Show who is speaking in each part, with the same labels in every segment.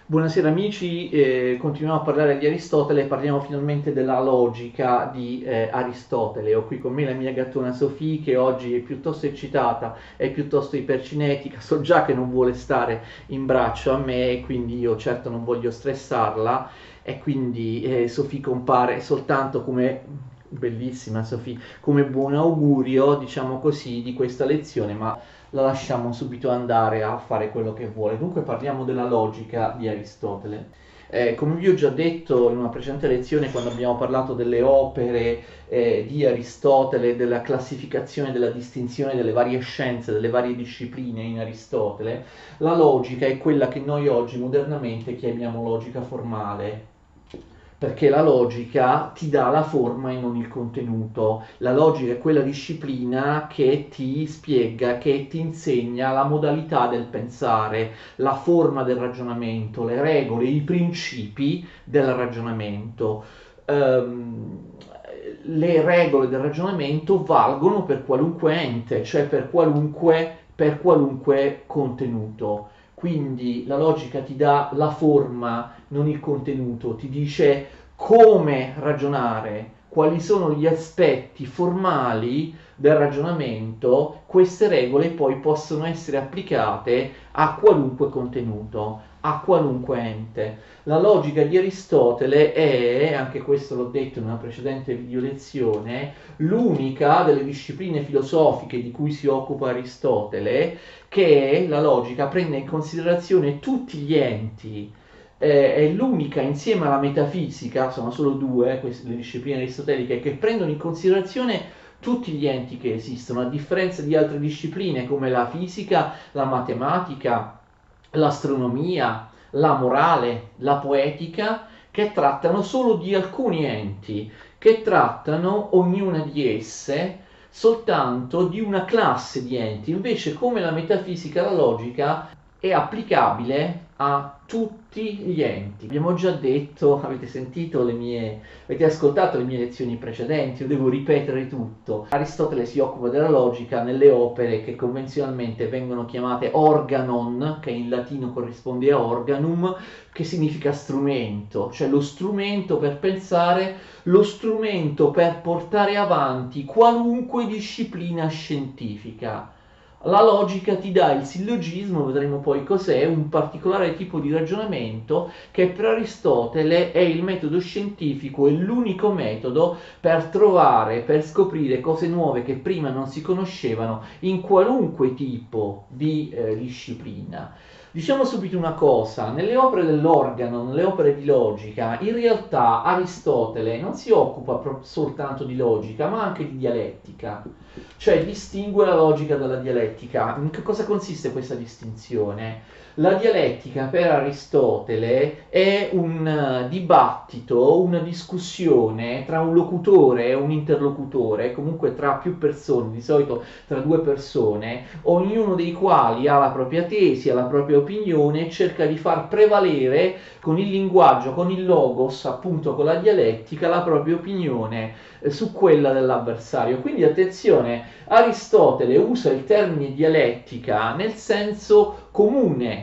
Speaker 1: Buonasera amici, continuiamo a parlare di Aristotele e parliamo finalmente della logica di Aristotele. Ho qui con me la mia gattona Sofì che oggi è piuttosto eccitata, è piuttosto ipercinetica, so già che non vuole stare in braccio a me e quindi io certo non voglio stressarla e quindi Sofì compare soltanto come, bellissima Sofì, come buon augurio, diciamo così, di questa lezione, ma la lasciamo subito andare a fare quello che vuole. Dunque parliamo della logica di Aristotele. Come vi ho già detto in una precedente lezione, quando abbiamo parlato delle opere di Aristotele, della classificazione, della distinzione delle varie scienze, delle varie discipline in Aristotele, la logica è quella che noi oggi modernamente chiamiamo logica formale, perché la logica ti dà la forma e non il contenuto. La logica è quella disciplina che ti spiega, che ti insegna la modalità del pensare, la forma del ragionamento, le regole, i principi del ragionamento. Ehm, le regole del ragionamento valgono per qualunque ente, cioè per qualunque contenuto. Quindi la logica ti dà la forma, non il contenuto, ti dice come ragionare, quali sono gli aspetti formali del ragionamento. Queste regole poi possono essere applicate a qualunque contenuto, a qualunque ente. La logica di Aristotele è, anche questo l'ho detto in una precedente video lezione, l'unica delle discipline filosofiche di cui si occupa Aristotele, che la logica prende in considerazione tutti gli enti. È l'unica insieme alla metafisica, sono solo due queste le discipline aristoteliche, che prendono in considerazione tutti gli enti che esistono, a differenza di altre discipline come la fisica, la matematica, l'astronomia, la morale, la poetica, che trattano solo di alcuni enti, che trattano ognuna di esse soltanto di una classe di enti. Invece, come la metafisica, la logica è applicabile a tutti gli enti. Abbiamo già detto, avete ascoltato le mie lezioni precedenti, io devo ripetere tutto. Aristotele si occupa della logica nelle opere che convenzionalmente vengono chiamate organon, che in latino corrisponde a organum, che significa strumento, cioè lo strumento per pensare, lo strumento per portare avanti qualunque disciplina scientifica. La logica ti dà il sillogismo, vedremo poi cos'è, un particolare tipo di ragionamento che per Aristotele è il metodo scientifico, è l'unico metodo per trovare, per scoprire cose nuove che prima non si conoscevano in qualunque tipo di disciplina. Diciamo subito una cosa, nelle opere dell'organo, nelle opere di logica, in realtà Aristotele non si occupa soltanto di logica, ma anche di dialettica, cioè distingue la logica dalla dialettica. In che cosa consiste questa distinzione? La dialettica per Aristotele è un dibattito, una discussione tra un locutore e un interlocutore, comunque tra più persone, di solito tra due persone, ognuno dei quali ha la propria tesi, ha la propria opinione e cerca di far prevalere con il linguaggio, con il logos, appunto con la dialettica, la propria opinione su quella dell'avversario. Quindi attenzione, Aristotele usa il termine dialettica nel senso comune,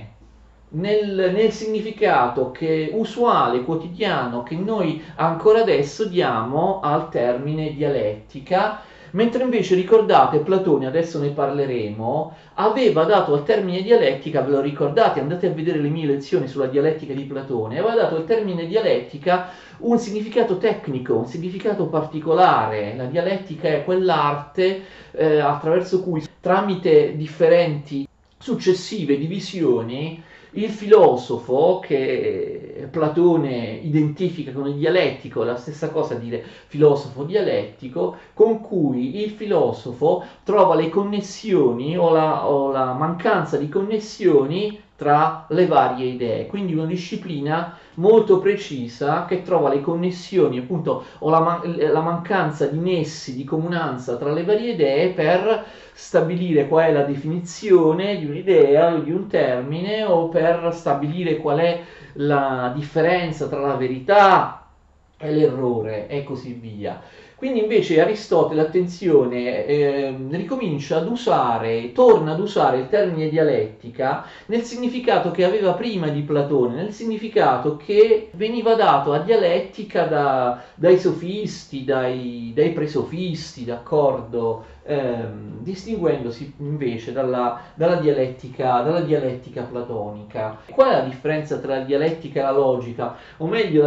Speaker 1: nel significato che usuale, quotidiano, che noi ancora adesso diamo al termine dialettica, mentre invece ricordate Platone, adesso ne parleremo, aveva dato al termine dialettica, ve lo ricordate, andate a vedere le mie lezioni sulla dialettica di Platone, aveva dato al termine dialettica un significato tecnico, un significato particolare. La dialettica è quell'arte attraverso cui tramite differenti successive divisioni il filosofo, che Platone identifica con il dialettico, è la stessa cosa dire filosofo dialettico, con cui il filosofo trova le connessioni o la mancanza di connessioni tra le varie idee, quindi una disciplina molto precisa che trova le connessioni, appunto, o la mancanza di nessi, di comunanza tra le varie idee per stabilire qual è la definizione di un'idea o di un termine, o per stabilire qual è la differenza tra la verità e l'errore e così via. Quindi invece Aristotele, attenzione, torna ad usare il termine dialettica nel significato che aveva prima di Platone, nel significato che veniva dato a dialettica dai sofisti, dai presofisti, d'accordo? Distinguendosi invece dalla dialettica platonica. Qual è la differenza tra la dialettica e la logica? O meglio,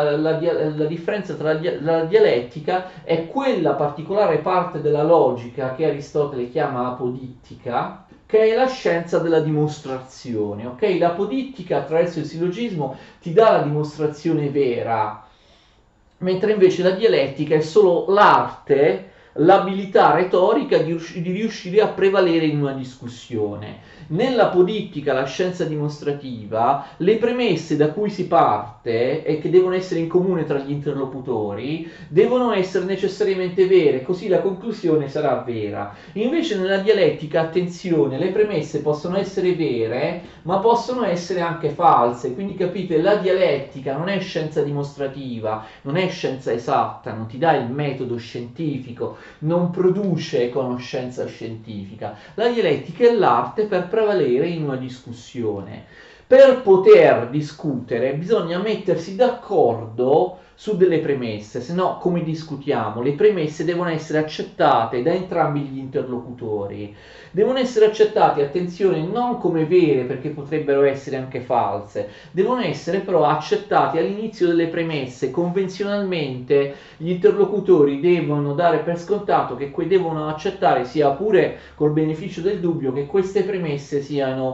Speaker 1: la differenza tra la dialettica è quella particolare parte della logica che Aristotele chiama apodittica, che è la scienza della dimostrazione. Ok? L'apodittica attraverso il sillogismo ti dà la dimostrazione vera, mentre invece la dialettica è solo l'arte, l'abilità retorica di riuscire a prevalere in una discussione. Nella politica, la scienza dimostrativa, le premesse da cui si parte e che devono essere in comune tra gli interlocutori devono essere necessariamente vere, così la conclusione sarà vera. Invece nella dialettica, attenzione, le premesse possono essere vere, ma possono essere anche false. Quindi capite, la dialettica non è scienza dimostrativa, non è scienza esatta, non ti dà il metodo scientifico, non produce conoscenza scientifica. La dialettica è l'arte per prevalere in una discussione. Per poter discutere bisogna mettersi d'accordo su delle premesse, se no come discutiamo? Le premesse devono essere accettate da entrambi gli interlocutori. Devono essere accettate, attenzione, non come vere, perché potrebbero essere anche false, devono essere però accettate all'inizio delle premesse. Convenzionalmente gli interlocutori devono dare per scontato che devono accettare, sia pure col beneficio del dubbio, che queste premesse siano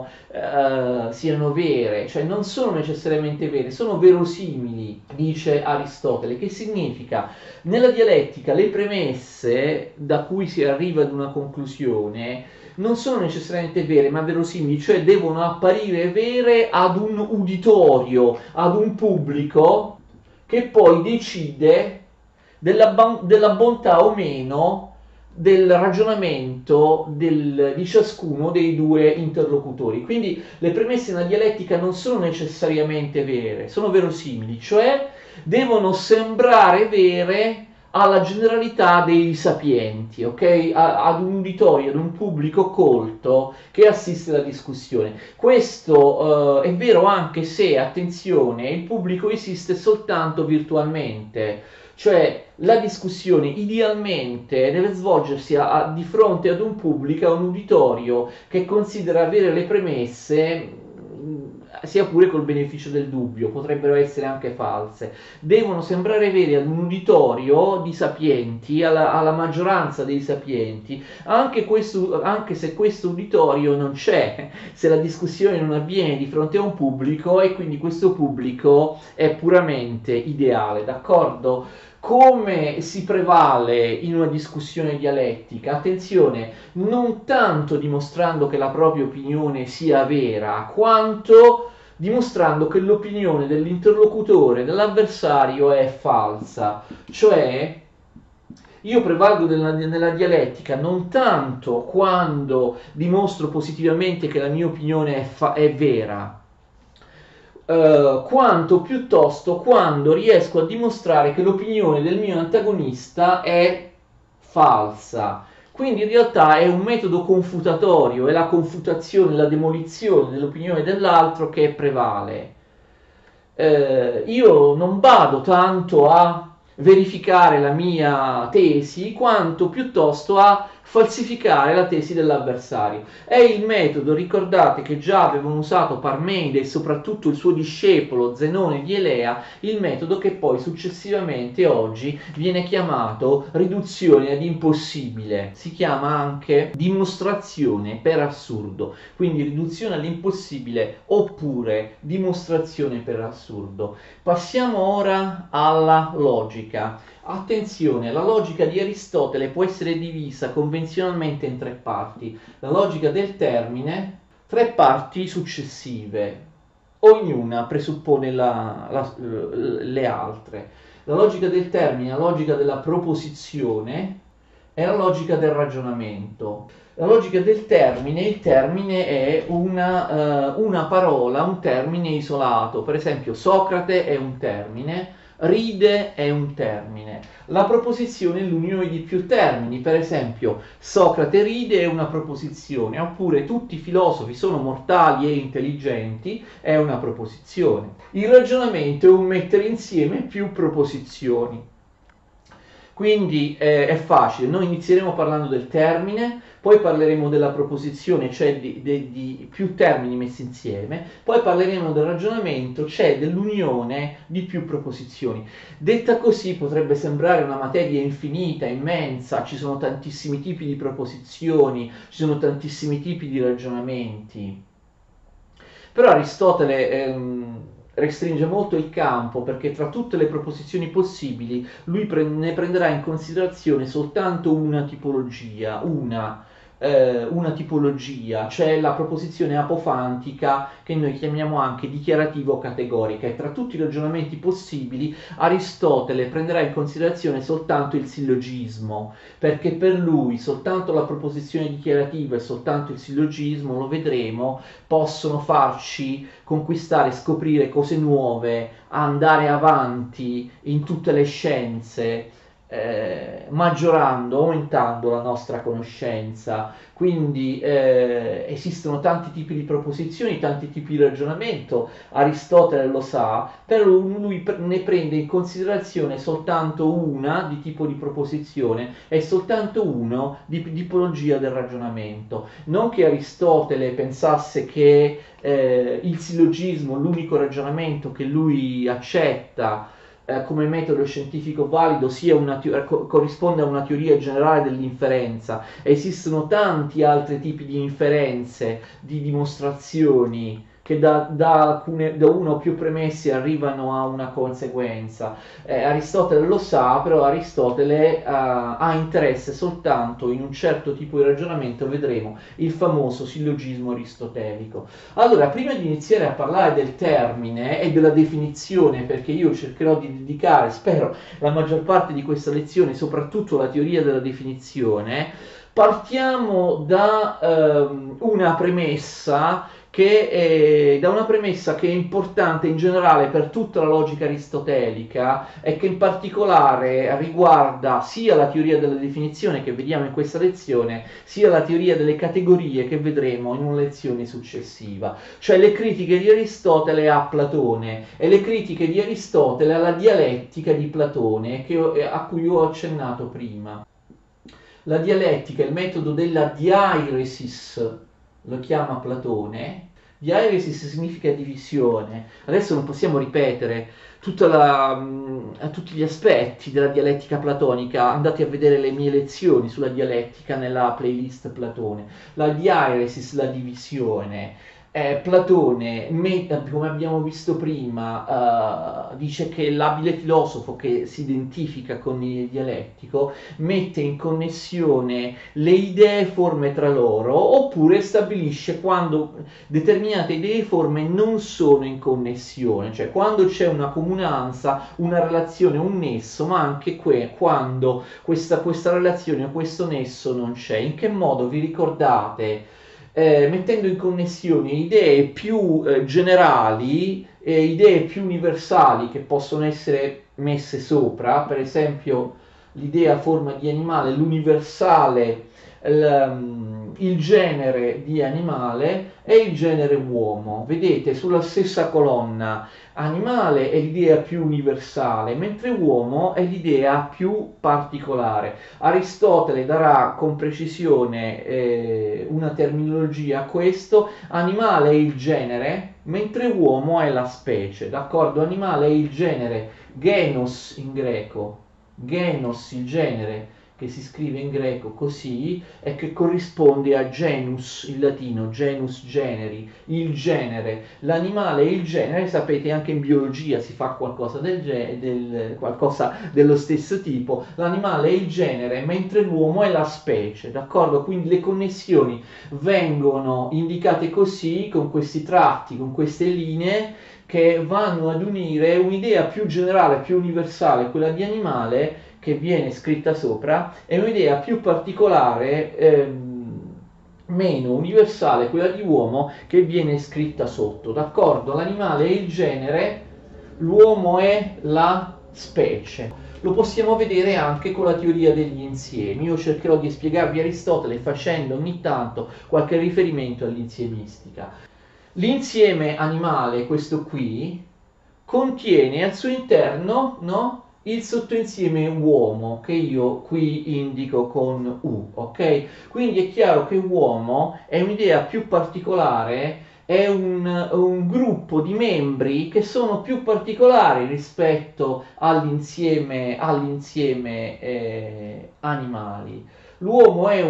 Speaker 1: vere, cioè non sono necessariamente vere, sono verosimili, dice Aristotele. Che significa? Nella dialettica le premesse da cui si arriva ad una conclusione non sono necessariamente vere, ma verosimili, cioè devono apparire vere ad un uditorio, ad un pubblico che poi decide della bontà o meno del ragionamento di ciascuno dei due interlocutori. Quindi le premesse nella dialettica non sono necessariamente vere, sono verosimili, cioè devono sembrare vere alla generalità dei sapienti, ok? Ad un uditorio, ad un pubblico colto che assiste alla discussione. Questo è vero anche se, attenzione, il pubblico esiste soltanto virtualmente, cioè la discussione idealmente deve svolgersi di fronte ad un pubblico, a un uditorio che considera avere le premesse, sia pure col beneficio del dubbio, potrebbero essere anche false, devono sembrare vere ad un uditorio di sapienti, alla maggioranza dei sapienti, anche se questo uditorio non c'è, se la discussione non avviene di fronte a un pubblico e quindi questo pubblico è puramente ideale, d'accordo? Come si prevale in una discussione dialettica? Attenzione, non tanto dimostrando che la propria opinione sia vera, quanto dimostrando che l'opinione dell'interlocutore, dell'avversario è falsa. Cioè, io prevalgo nella dialettica non tanto quando dimostro positivamente che la mia opinione è vera, quanto piuttosto quando riesco a dimostrare che l'opinione del mio antagonista è falsa. Quindi in realtà è un metodo confutatorio, è la confutazione, la demolizione dell'opinione dell'altro che prevale. Io non vado tanto a verificare la mia tesi quanto piuttosto a falsificare la tesi dell'avversario. È il metodo, ricordate, che già avevano usato Parmenide e soprattutto il suo discepolo Zenone di Elea, il metodo che poi successivamente oggi viene chiamato riduzione ad impossibile. Si chiama anche dimostrazione per assurdo, quindi riduzione all'impossibile oppure dimostrazione per assurdo. Passiamo ora alla logica. Attenzione, la logica di Aristotele può essere divisa convenzionalmente in tre parti. La logica del termine, tre parti successive, ognuna presuppone le altre. La logica del termine, la logica della proposizione e la logica del ragionamento. La logica del termine, il termine è una parola, un termine isolato. Per esempio Socrate è un termine, Ride è un termine, la proposizione è l'unione di più termini, per esempio Socrate ride è una proposizione, oppure tutti i filosofi sono mortali e intelligenti è una proposizione. Il ragionamento è un mettere insieme più proposizioni. Quindi è facile, noi inizieremo parlando del termine, poi parleremo della proposizione, cioè di più termini messi insieme, poi parleremo del ragionamento, cioè dell'unione di più proposizioni. Detta così potrebbe sembrare una materia infinita, immensa, ci sono tantissimi tipi di proposizioni, ci sono tantissimi tipi di ragionamenti. Però Aristotele restringe molto il campo perché tra tutte le proposizioni possibili lui ne prenderà in considerazione soltanto una tipologia, cioè la proposizione apofantica che noi chiamiamo anche dichiarativo-categorica, e tra tutti i ragionamenti possibili Aristotele prenderà in considerazione soltanto il sillogismo, perché per lui soltanto la proposizione dichiarativa e soltanto il sillogismo, lo vedremo, possono farci conquistare, scoprire cose nuove, andare avanti in tutte le scienze, maggiorando, aumentando la nostra conoscenza. Quindi esistono tanti tipi di proposizioni, tanti tipi di ragionamento, Aristotele lo sa, però lui ne prende in considerazione soltanto una di tipo di proposizione e soltanto uno di tipologia del ragionamento. Non che Aristotele pensasse che il sillogismo, l'unico ragionamento che lui accetta come metodo scientifico valido, corrisponde a una teoria generale dell'inferenza. Esistono tanti altri tipi di inferenze, di dimostrazioni che da una o più premesse arrivano a una conseguenza. Aristotele lo sa, però Aristotele ha interesse soltanto in un certo tipo di ragionamento, vedremo, il famoso sillogismo aristotelico. Allora, prima di iniziare a parlare del termine e della definizione, perché io cercherò di dedicare, spero, la maggior parte di questa lezione soprattutto alla teoria della definizione, partiamo da una premessa da una premessa che è importante in generale per tutta la logica aristotelica e che in particolare riguarda sia la teoria della definizione che vediamo in questa lezione, sia la teoria delle categorie che vedremo in una lezione successiva, cioè le critiche di Aristotele a Platone e le critiche di Aristotele alla dialettica di Platone a cui ho accennato prima. La dialettica, il metodo della diairesis, lo chiama Platone. Diairesis significa divisione. Adesso non possiamo ripetere tutti gli aspetti della dialettica platonica, andate a vedere le mie lezioni sulla dialettica nella playlist Platone. La diairesis, la divisione. Platone, come abbiamo visto prima, dice che l'abile filosofo che si identifica con il dialettico mette in connessione le idee e forme tra loro, oppure stabilisce quando determinate idee e forme non sono in connessione, cioè quando c'è una comunanza, una relazione, un nesso, ma anche quando questa relazione o questo nesso non c'è. In che modo vi ricordate? Mettendo in connessione idee più generali e idee più universali che possono essere messe sopra, per esempio l'idea forma di animale, l'universale, il genere di animale e il genere uomo. Vedete, sulla stessa colonna animale è l'idea più universale, mentre uomo è l'idea più particolare. Aristotele darà con precisione una terminologia a questo: animale è il genere, mentre uomo è la specie, d'accordo? Animale è il genere, genos in greco, genos il genere, che si scrive in greco così e che corrisponde a genus in latino, genus generi, il genere. L'animale e il genere, sapete, anche in biologia si fa qualcosa qualcosa dello stesso tipo. L'animale è il genere, mentre l'uomo è la specie, d'accordo? Quindi le connessioni vengono indicate così, con questi tratti, con queste linee, che vanno ad unire un'idea più generale, più universale, quella di animale, che viene scritta sopra, e un'idea più particolare, meno universale, quella di uomo, che viene scritta sotto, d'accordo? L'animale è il genere, l'uomo è la specie. Lo possiamo vedere anche con la teoria degli insiemi. Io cercherò di spiegarvi Aristotele facendo ogni tanto qualche riferimento all'insiemistica. L'insieme animale, questo qui, contiene al suo interno, no, il sottoinsieme uomo, che io qui indico con U, ok? Quindi è chiaro che uomo è un'idea più particolare, è un gruppo di membri che sono più particolari rispetto all'insieme animali. L'uomo è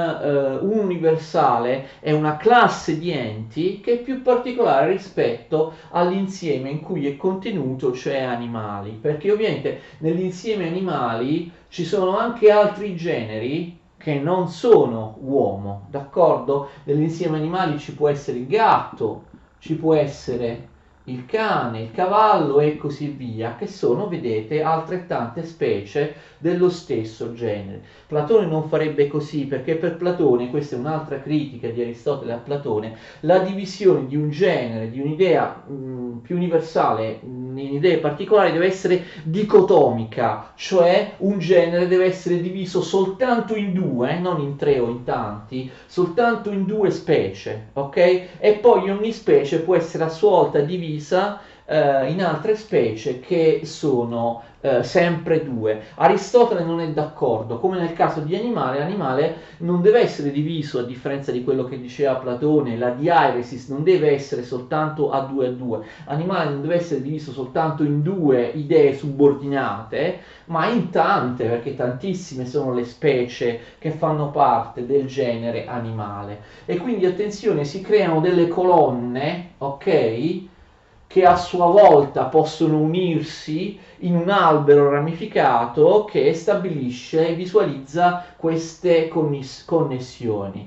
Speaker 1: un universale, è una classe di enti che è più particolare rispetto all'insieme in cui è contenuto, cioè animali, perché ovviamente nell'insieme animali ci sono anche altri generi che non sono uomo, d'accordo? Nell'insieme animali ci può essere il gatto, ci può essere il cane, il cavallo e così via, che sono, vedete, altrettante specie dello stesso genere. Platone non farebbe così, perché per Platone, questa è un'altra critica di Aristotele a Platone, la divisione di un genere, di un'idea più universale in idee particolari deve essere dicotomica, cioè un genere deve essere diviso soltanto in due, non in tre o in tanti, soltanto in due specie, ok? E poi ogni specie può essere a sua volta divisa in altre specie che sono sempre due. Aristotele non è d'accordo, come nel caso di animale, l'animale non deve essere diviso, a differenza di quello che diceva Platone, la diairesis non deve essere soltanto a due, l'animale non deve essere diviso soltanto in due idee subordinate, ma in tante, perché tantissime sono le specie che fanno parte del genere animale. E quindi attenzione, si creano delle colonne, ok? Che a sua volta possono unirsi in un albero ramificato che stabilisce e visualizza queste connessioni.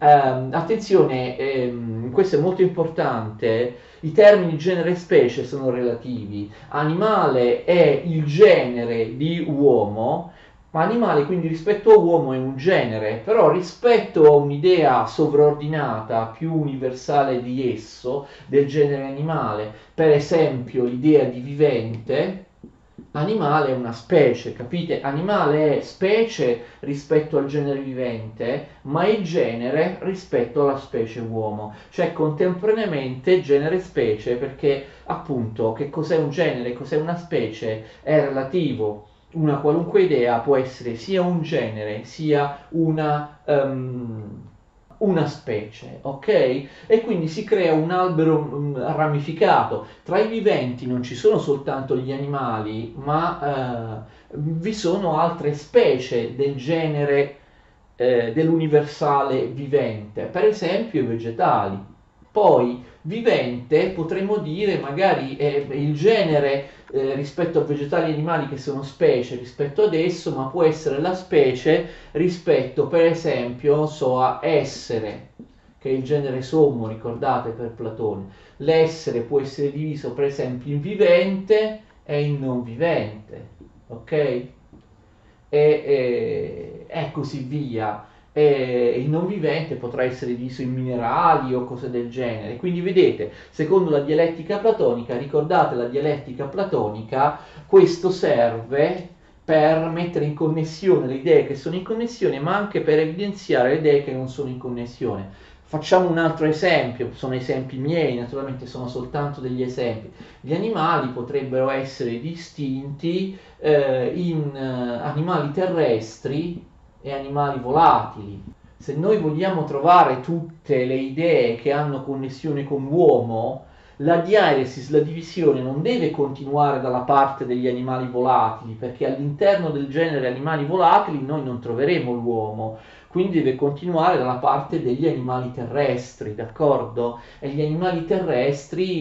Speaker 1: Attenzione, questo è molto importante, i termini genere e specie sono relativi. Animale è il genere di uomo, ma animale quindi rispetto a uomo è un genere, però rispetto a un'idea sovraordinata più universale di esso, del genere animale, per esempio l'idea di vivente, animale è una specie, capite? Animale è specie rispetto al genere vivente, ma è genere rispetto alla specie uomo, cioè contemporaneamente genere e specie, perché appunto che cos'è un genere, cos'è una specie è relativo. Una qualunque idea può essere sia un genere sia una specie, ok? E quindi si crea un albero ramificato. Tra i viventi non ci sono soltanto gli animali, ma vi sono altre specie del genere dell'universale vivente, per esempio i vegetali. Poi vivente potremmo dire magari è il genere rispetto a vegetali e animali che sono specie rispetto ad esso, ma può essere la specie rispetto per esempio so, a essere, che è il genere sommo, ricordate per Platone. L'essere può essere diviso per esempio in vivente e in non vivente, ok? E così via. E il non vivente potrà essere diviso in minerali o cose del genere. Quindi vedete, secondo la dialettica platonica, ricordate la dialettica platonica, questo serve per mettere in connessione le idee che sono in connessione, ma anche per evidenziare le idee che non sono in connessione. Facciamo un altro esempio, sono esempi miei, naturalmente sono soltanto degli esempi. Gli animali potrebbero essere distinti in animali terrestri e animali volatili. Se noi vogliamo trovare tutte le idee che hanno connessione con l'uomo, la diairesis, la divisione, non deve continuare dalla parte degli animali volatili, perché all'interno del genere animali volatili noi non troveremo l'uomo, quindi deve continuare dalla parte degli animali terrestri, d'accordo? E gli animali terrestri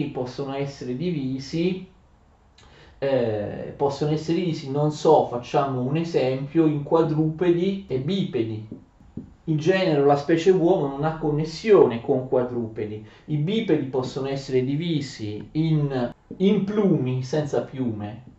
Speaker 1: possono essere divisi, non so, facciamo un esempio, in quadrupedi e bipedi. Il genere o la specie uomo non ha connessione con quadrupedi. I bipedi possono essere divisi in plumi senza piume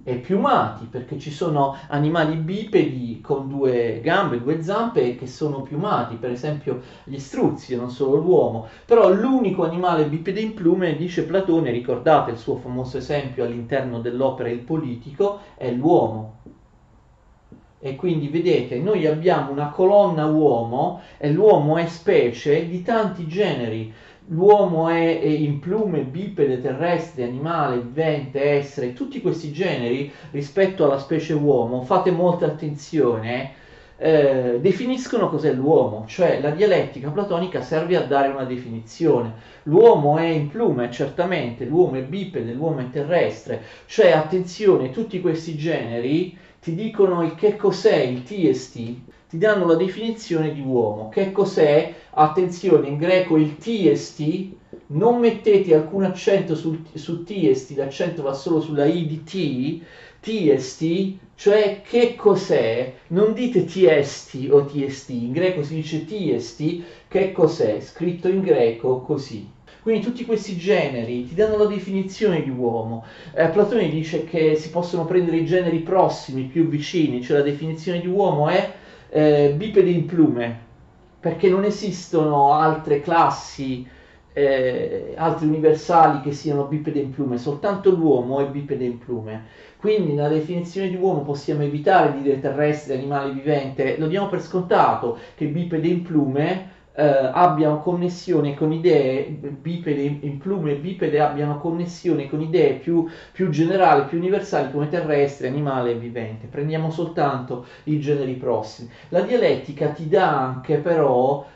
Speaker 1: e piumati, perché ci sono animali bipedi con due gambe, due zampe che sono piumati, per esempio gli struzzi, non solo l'uomo. Però l'unico animale bipede in plume, dice Platone, ricordate il suo famoso esempio all'interno dell'opera Il Politico, è l'uomo. E quindi vedete, noi abbiamo una colonna uomo e l'uomo è specie di tanti generi. L'uomo è in plume, bipede, terrestre, animale, vivente, essere, tutti questi generi rispetto alla specie uomo, fate molta attenzione, definiscono cos'è l'uomo, cioè la dialettica platonica serve a dare una definizione. L'uomo è in plume, certamente, l'uomo è bipede, l'uomo è terrestre, cioè attenzione, tutti questi generi ti dicono il che cos'è il TST, ti danno la definizione di uomo. Che cos'è? Attenzione, in greco il TST, non mettete alcun accento su TST, l'accento va solo sulla I di TST, cioè che cos'è? Non dite TST o TST, in greco si dice TST, che cos'è? Scritto in greco così. Quindi tutti questi generi ti danno la definizione di uomo. Platone dice che si possono prendere i generi prossimi, più vicini, cioè la definizione di uomo è bipede in plume, perché non esistono altre classi, altri universali che siano bipede in plume, soltanto l'uomo è bipede in plume. Quindi nella definizione di uomo possiamo evitare di dire terrestre, animale vivente, lo diamo per scontato che bipede in plume abbiano connessione con idee, bipede in plume e bipede abbiano connessione con idee più generali, più universali come terrestre, animale e vivente. Prendiamo soltanto i generi prossimi. La dialettica ti dà anche però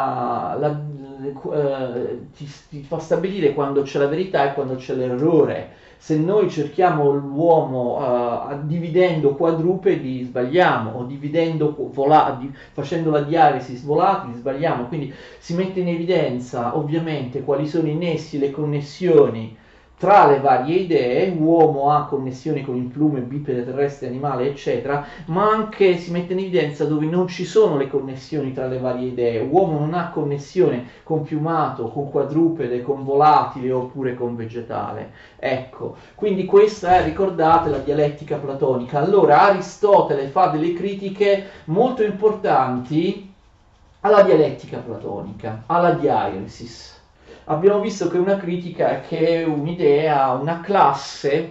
Speaker 1: ti fa stabilire quando c'è la verità e quando c'è l'errore. Se noi cerchiamo l'uomo dividendo quadrupedi sbagliamo, o dividendo facendo la dialisi volatili sbagliamo, quindi si mette in evidenza ovviamente quali sono i nessi, le connessioni tra le varie idee. Uomo ha connessioni con il plume, bipede, terrestre, animale, eccetera, ma anche si mette in evidenza dove non ci sono le connessioni tra le varie idee. Uomo non ha connessione con piumato, con quadrupede, con volatile oppure con vegetale. Ecco, quindi questa è, ricordate, la dialettica platonica. Allora Aristotele fa delle critiche molto importanti alla dialettica platonica, alla diaresis. Abbiamo visto che una critica, che è un'idea, una classe,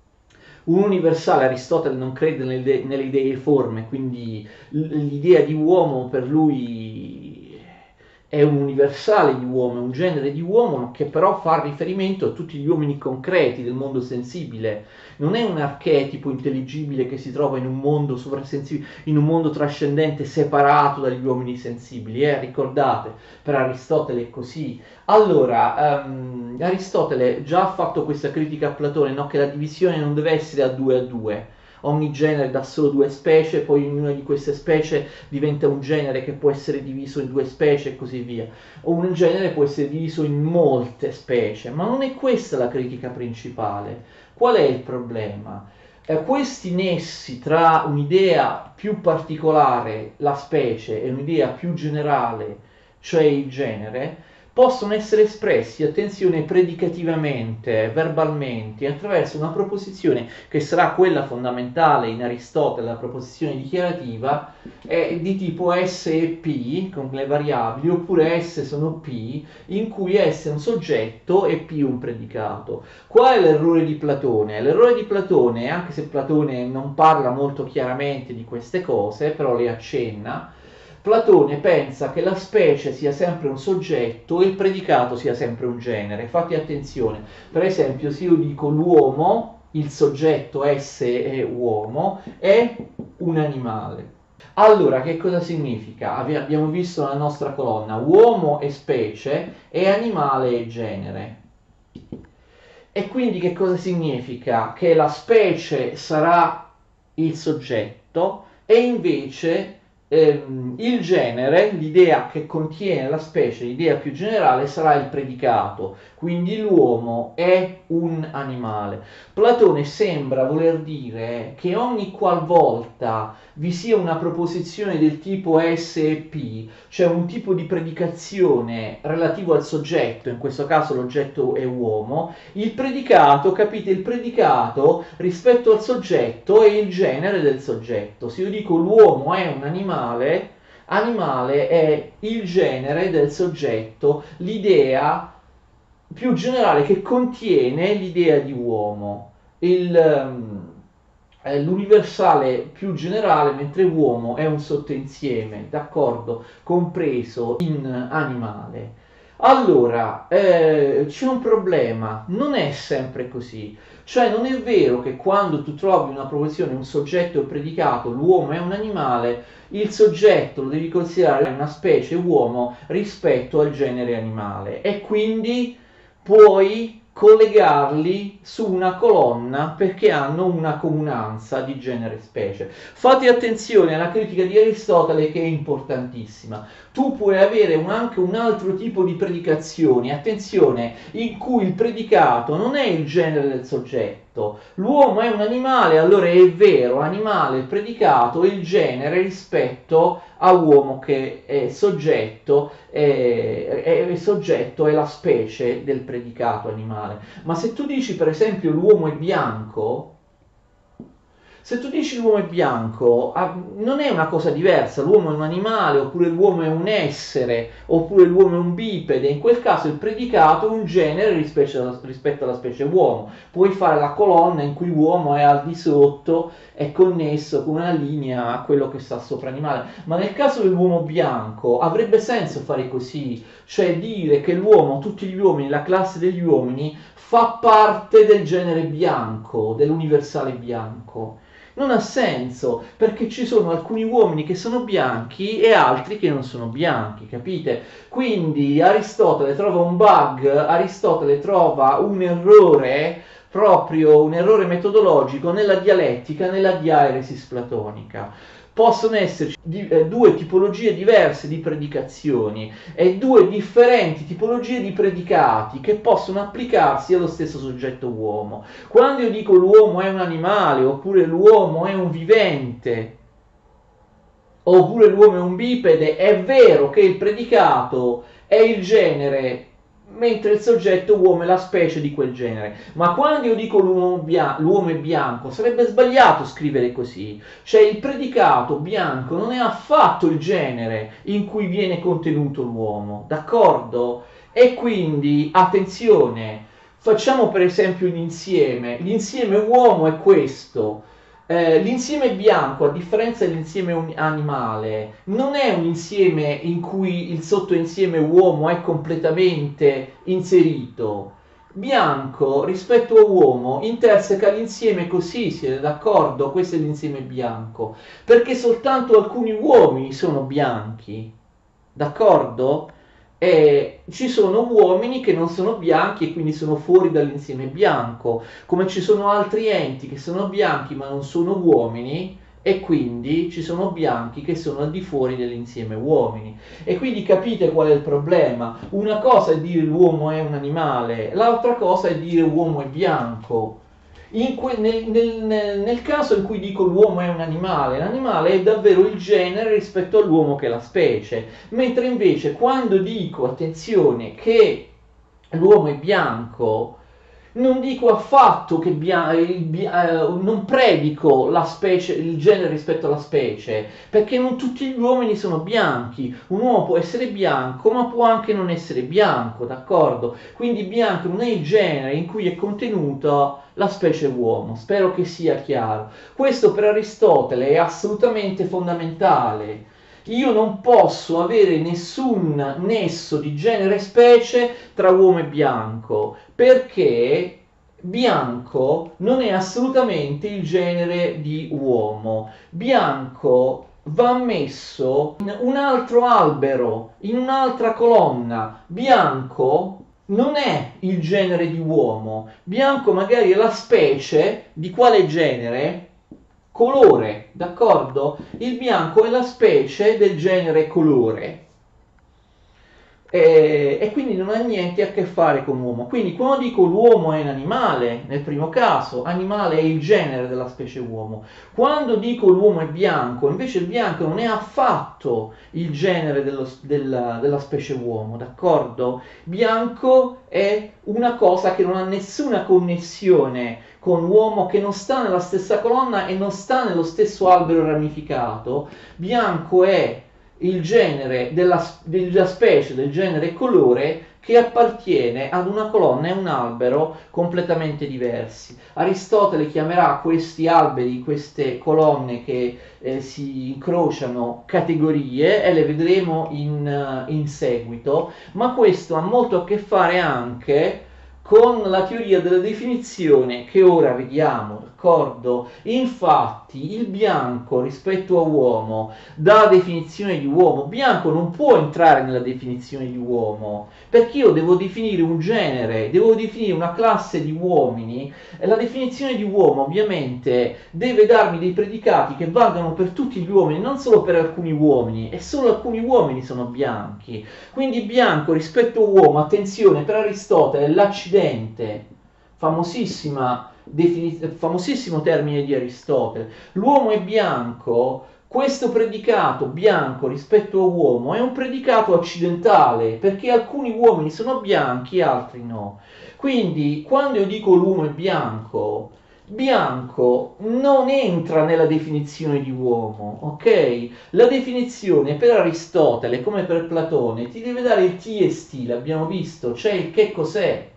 Speaker 1: un universale. Aristotele non crede nelle idee forme, quindi l'idea di uomo per lui è un universale di uomo, è un genere di uomo che però fa riferimento a tutti gli uomini concreti del mondo sensibile. Non è un archetipo intelligibile che si trova in un mondo sovrasensibile, in un mondo trascendente separato dagli uomini sensibili. Ricordate, per Aristotele è così. Allora, Aristotele già ha fatto questa critica a Platone, no? Che la divisione non deve essere a due. Ogni genere dà solo due specie, poi ognuna di queste specie diventa un genere che può essere diviso in due specie e così via. O un genere può essere diviso in molte specie, ma non è questa la critica principale. Qual è il problema? Questi nessi tra un'idea più particolare, la specie, e un'idea più generale, cioè il genere, possono essere espressi, attenzione, predicativamente, verbalmente, attraverso una proposizione che sarà quella fondamentale in Aristotele, la proposizione dichiarativa, di tipo S e P, con le variabili, oppure S sono P, in cui S è un soggetto e P un predicato. Qual è l'errore di Platone? L'errore di Platone, anche se Platone non parla molto chiaramente di queste cose, però le accenna, Platone pensa che la specie sia sempre un soggetto e il predicato sia sempre un genere. Fate attenzione, per esempio se io dico l'uomo, il soggetto è uomo, è un animale. Allora, che cosa significa? Abbiamo visto nella nostra colonna uomo e specie e animale e genere. E quindi che cosa significa? Che la specie sarà il soggetto e invece il genere, l'idea che contiene la specie, l'idea più generale, sarà il predicato. quindi l'uomo è un animale. Platone sembra voler dire che ogni qualvolta vi sia una proposizione del tipo S e P, cioè un tipo di predicazione relativo al soggetto, in questo caso l'oggetto è uomo, il predicato, capite, il predicato rispetto al soggetto è il genere del soggetto. Se io dico l'uomo è un animale, animale è il genere del soggetto, l'idea più generale che contiene l'idea di uomo, l'universale più generale, mentre uomo è un sottoinsieme, d'accordo, compreso in animale. Allora, c'è un problema, non è sempre così, cioè non è vero che quando tu trovi una proposizione, un soggetto e un predicato, l'uomo è un animale, il soggetto lo devi considerare una specie uomo rispetto al genere animale e quindi puoi collegarli su una colonna perché hanno una comunanza di genere e specie. Fate attenzione alla critica di Aristotele che è importantissima. Tu puoi avere anche un altro tipo di predicazioni, attenzione, in cui il predicato non è il genere del soggetto. L'uomo è un animale, allora è vero, animale, il predicato è il genere rispetto a uomo che è soggetto, è la specie del predicato animale. Ma se tu dici per esempio l'uomo è bianco, se tu dici l'uomo è bianco, non è una cosa diversa, l'uomo è un animale, oppure l'uomo è un essere, oppure l'uomo è un bipede, in quel caso il predicato è un genere rispetto alla specie uomo. Puoi fare la colonna in cui l'uomo è al di sotto, è connesso con una linea a quello che sta sopra animale, ma nel caso dell'uomo bianco avrebbe senso fare così, cioè dire che l'uomo, tutti gli uomini, la classe degli uomini, fa parte del genere bianco, dell'universale bianco. Non ha senso, perché ci sono alcuni uomini che sono bianchi e altri che non sono bianchi, capite? Quindi Aristotele trova un bug, Aristotele trova un errore, proprio un errore metodologico nella dialettica, nella diaresis platonica. Possono esserci due tipologie diverse di predicazioni e due differenti tipologie di predicati che possono applicarsi allo stesso soggetto uomo. Quando io dico l'uomo è un animale, oppure l'uomo è un vivente, oppure l'uomo è un bipede, è vero che il predicato è il genere, mentre il soggetto uomo è la specie di quel genere. Ma quando io dico l'uomo è bianco, sarebbe sbagliato scrivere così. Cioè il predicato bianco non è affatto il genere in cui viene contenuto l'uomo, d'accordo? E quindi, attenzione, facciamo per esempio un insieme. L'insieme uomo è questo. L'insieme bianco, a differenza dell'insieme animale, non è un insieme in cui il sottoinsieme uomo è completamente inserito. Bianco rispetto a uomo interseca l'insieme così, siete d'accordo? Questo è l'insieme bianco, perché soltanto alcuni uomini sono bianchi, d'accordo? E ci sono uomini che non sono bianchi e quindi sono fuori dall'insieme bianco, come ci sono altri enti che sono bianchi ma non sono uomini e quindi ci sono bianchi che sono al di fuori dell'insieme uomini. E quindi capite qual è il problema? Una cosa è dire l'uomo è un animale, l'altra cosa è dire uomo è bianco. Nel caso in cui dico l'uomo è un animale, l'animale è davvero il genere rispetto all'uomo che è la specie, mentre invece quando dico, attenzione, che l'uomo è bianco, non dico affatto che non predico la specie, il genere rispetto alla specie, perché non tutti gli uomini sono bianchi. Un uomo può essere bianco, ma può anche non essere bianco, d'accordo? Quindi bianco non è il genere in cui è contenuta la specie uomo. Spero che sia chiaro. Questo per Aristotele è assolutamente fondamentale. Io non posso avere nessun nesso di genere e specie tra uomo e bianco, perché bianco non è assolutamente il genere di uomo. Bianco va messo in un altro albero, in un'altra colonna. Bianco non è il genere di uomo. Bianco magari è la specie di quale genere? Colore, d'accordo? Il bianco è la specie del genere colore. e quindi non ha niente a che fare con l'uomo. Quindi quando dico l'uomo è un animale, nel primo caso, animale è il genere della specie uomo. Quando dico l'uomo è bianco, invece il bianco non è affatto il genere della specie uomo, d'accordo? Bianco è una cosa che non ha nessuna connessione con l'uomo, che non sta nella stessa colonna e non sta nello stesso albero ramificato. Bianco è il genere della specie, del genere colore, che appartiene ad una colonna e un albero completamente diversi. Aristotele chiamerà questi alberi, queste colonne che si incrociano, categorie, e le vedremo in seguito, ma questo ha molto a che fare anche con la teoria della definizione che ora vediamo, d'accordo? Infatti il bianco rispetto a uomo dà definizione di uomo. Bianco non può entrare nella definizione di uomo, perché io devo definire un genere, devo definire una classe di uomini, e la definizione di uomo ovviamente deve darmi dei predicati che valgano per tutti gli uomini, non solo per alcuni uomini, e solo alcuni uomini sono bianchi. Quindi bianco rispetto a uomo, attenzione, per Aristotele l'accidente, famosissimo termine di Aristotele, l'uomo è bianco. Questo predicato bianco rispetto a uomo è un predicato accidentale, perché alcuni uomini sono bianchi e altri no. Quindi quando io dico l'uomo è bianco, bianco non entra nella definizione di uomo, ok? La definizione per Aristotele, come per Platone, ti deve dare il chi e sti, l'abbiamo visto, cioè il che cos'è.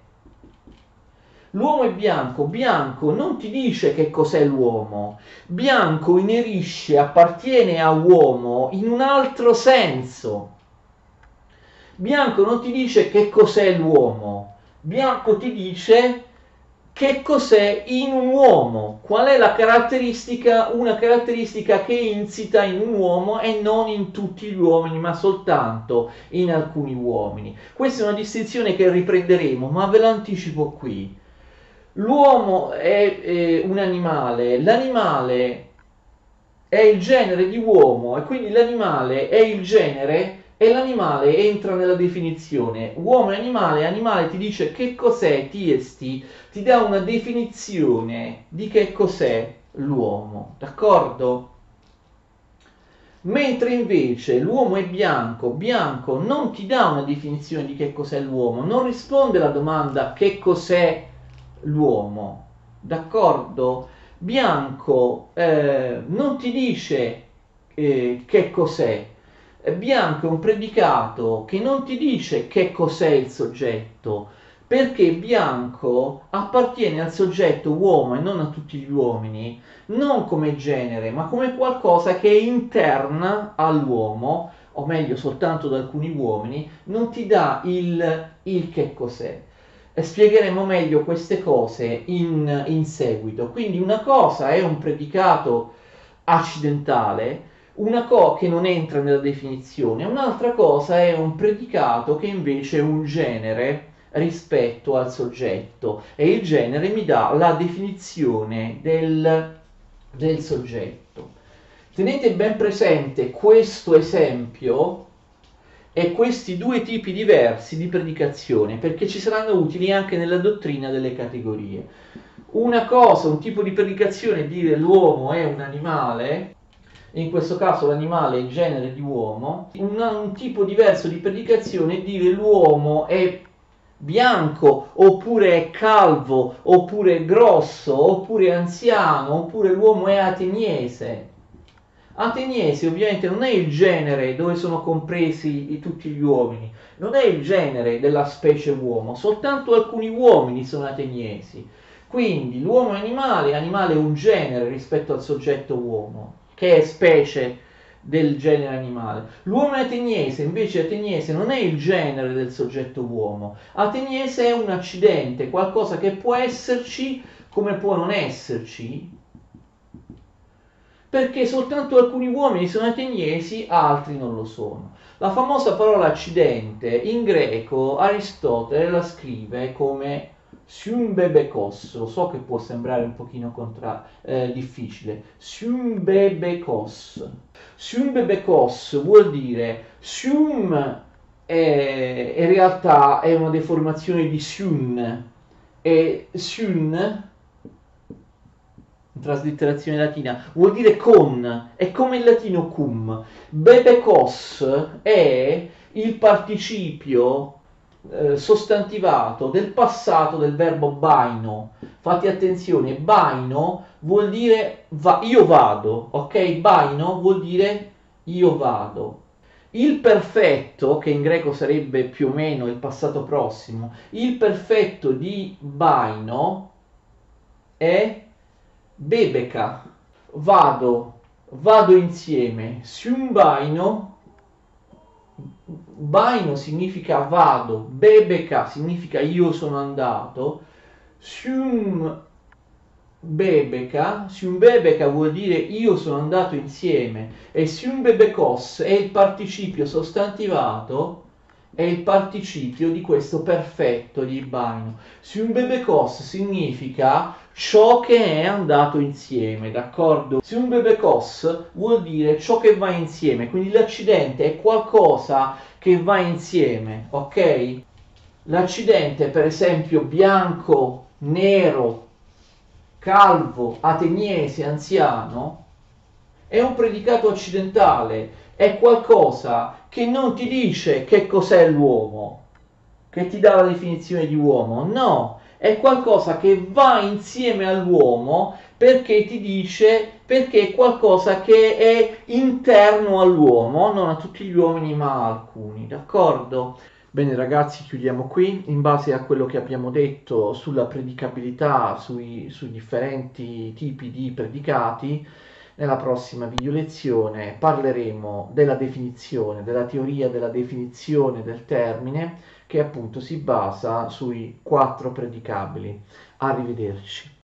Speaker 1: L'uomo è bianco, bianco non ti dice che cos'è l'uomo, bianco inerisce, appartiene a uomo in un altro senso. Bianco non ti dice che cos'è l'uomo, bianco ti dice che cos'è in un uomo, qual è la caratteristica, una caratteristica che insita in un uomo e non in tutti gli uomini, ma soltanto in alcuni uomini. Questa è una distinzione che riprenderemo, ma ve l'anticipo qui. L'uomo è un animale, l'animale è il genere di uomo e quindi l'animale è il genere e l'animale entra nella definizione. Uomo e animale ti dice che cos'è TST, ti dà una definizione di che cos'è l'uomo, d'accordo? Mentre invece l'uomo è bianco, bianco non ti dà una definizione di che cos'è l'uomo, non risponde alla domanda che cos'è l'uomo, d'accordo? Bianco non ti dice che cos'è. Bianco è un predicato che non ti dice che cos'è il soggetto, perché bianco appartiene al soggetto uomo e non a tutti gli uomini, non come genere, ma come qualcosa che è interna all'uomo, o meglio soltanto ad alcuni uomini, non ti dà il che cos'è. E spiegheremo meglio queste cose in seguito. Quindi una cosa è un predicato accidentale, una cosa che non entra nella definizione, un'altra cosa è un predicato che invece è un genere rispetto al soggetto e il genere mi dà la definizione del soggetto. Tenete ben presente questo esempio e questi due tipi diversi di predicazione, perché ci saranno utili anche nella dottrina delle categorie. Una cosa, un tipo di predicazione è dire l'uomo è un animale, in questo caso l'animale è il genere di uomo. Un tipo diverso di predicazione è dire l'uomo è bianco, oppure è calvo, oppure è grosso, oppure è anziano, oppure l'uomo è ateniese. Ateniesi ovviamente non è il genere dove sono compresi tutti gli uomini, non è il genere della specie uomo, soltanto alcuni uomini sono ateniesi. Quindi l'uomo è animale, animale è un genere rispetto al soggetto uomo, che è specie del genere animale. L'uomo è ateniese, invece ateniese non è il genere del soggetto uomo, ateniese è un accidente, qualcosa che può esserci come può non esserci, perché soltanto alcuni uomini sono ateniesi, altri non lo sono. La famosa parola accidente in greco Aristotele la scrive come symbebekos, lo so che può sembrare un pochino difficile, symbebekos. Symbebekos vuol dire sym in realtà è una deformazione di sun, e sun, in traslitterazione latina, vuol dire con, è come il latino cum. Bebekos è il participio sostantivato del passato del verbo baino. Fate attenzione, baino vuol dire io vado, ok? Baino vuol dire io vado. Il perfetto, che in greco sarebbe più o meno il passato prossimo, il perfetto di baino è bebeka. Vado insieme. Syumbaino, baino significa vado, bebeka significa io sono andato, Syumbebeka vuol dire io sono andato insieme, e Syumbebekos è il participio sostantivato, è il participio di questo perfetto di baino. Syumbebekos significa ciò che è andato insieme, d'accordo? Syumbebekos vuol dire ciò che va insieme, quindi l'accidente è qualcosa che va insieme, ok? L'accidente, per esempio, bianco, nero, calvo, ateniese, anziano, è un predicato accidentale, è qualcosa che non ti dice che cos'è l'uomo, che ti dà la definizione di uomo, no, è qualcosa che va insieme all'uomo perché ti dice, perché è qualcosa che è interno all'uomo, non a tutti gli uomini ma a alcuni, d'accordo? Bene ragazzi, chiudiamo qui. In base a quello che abbiamo detto sulla predicabilità, sui differenti tipi di predicati, nella prossima video lezione parleremo della definizione, della teoria della definizione del termine, che appunto si basa sui 4 predicabili. Arrivederci.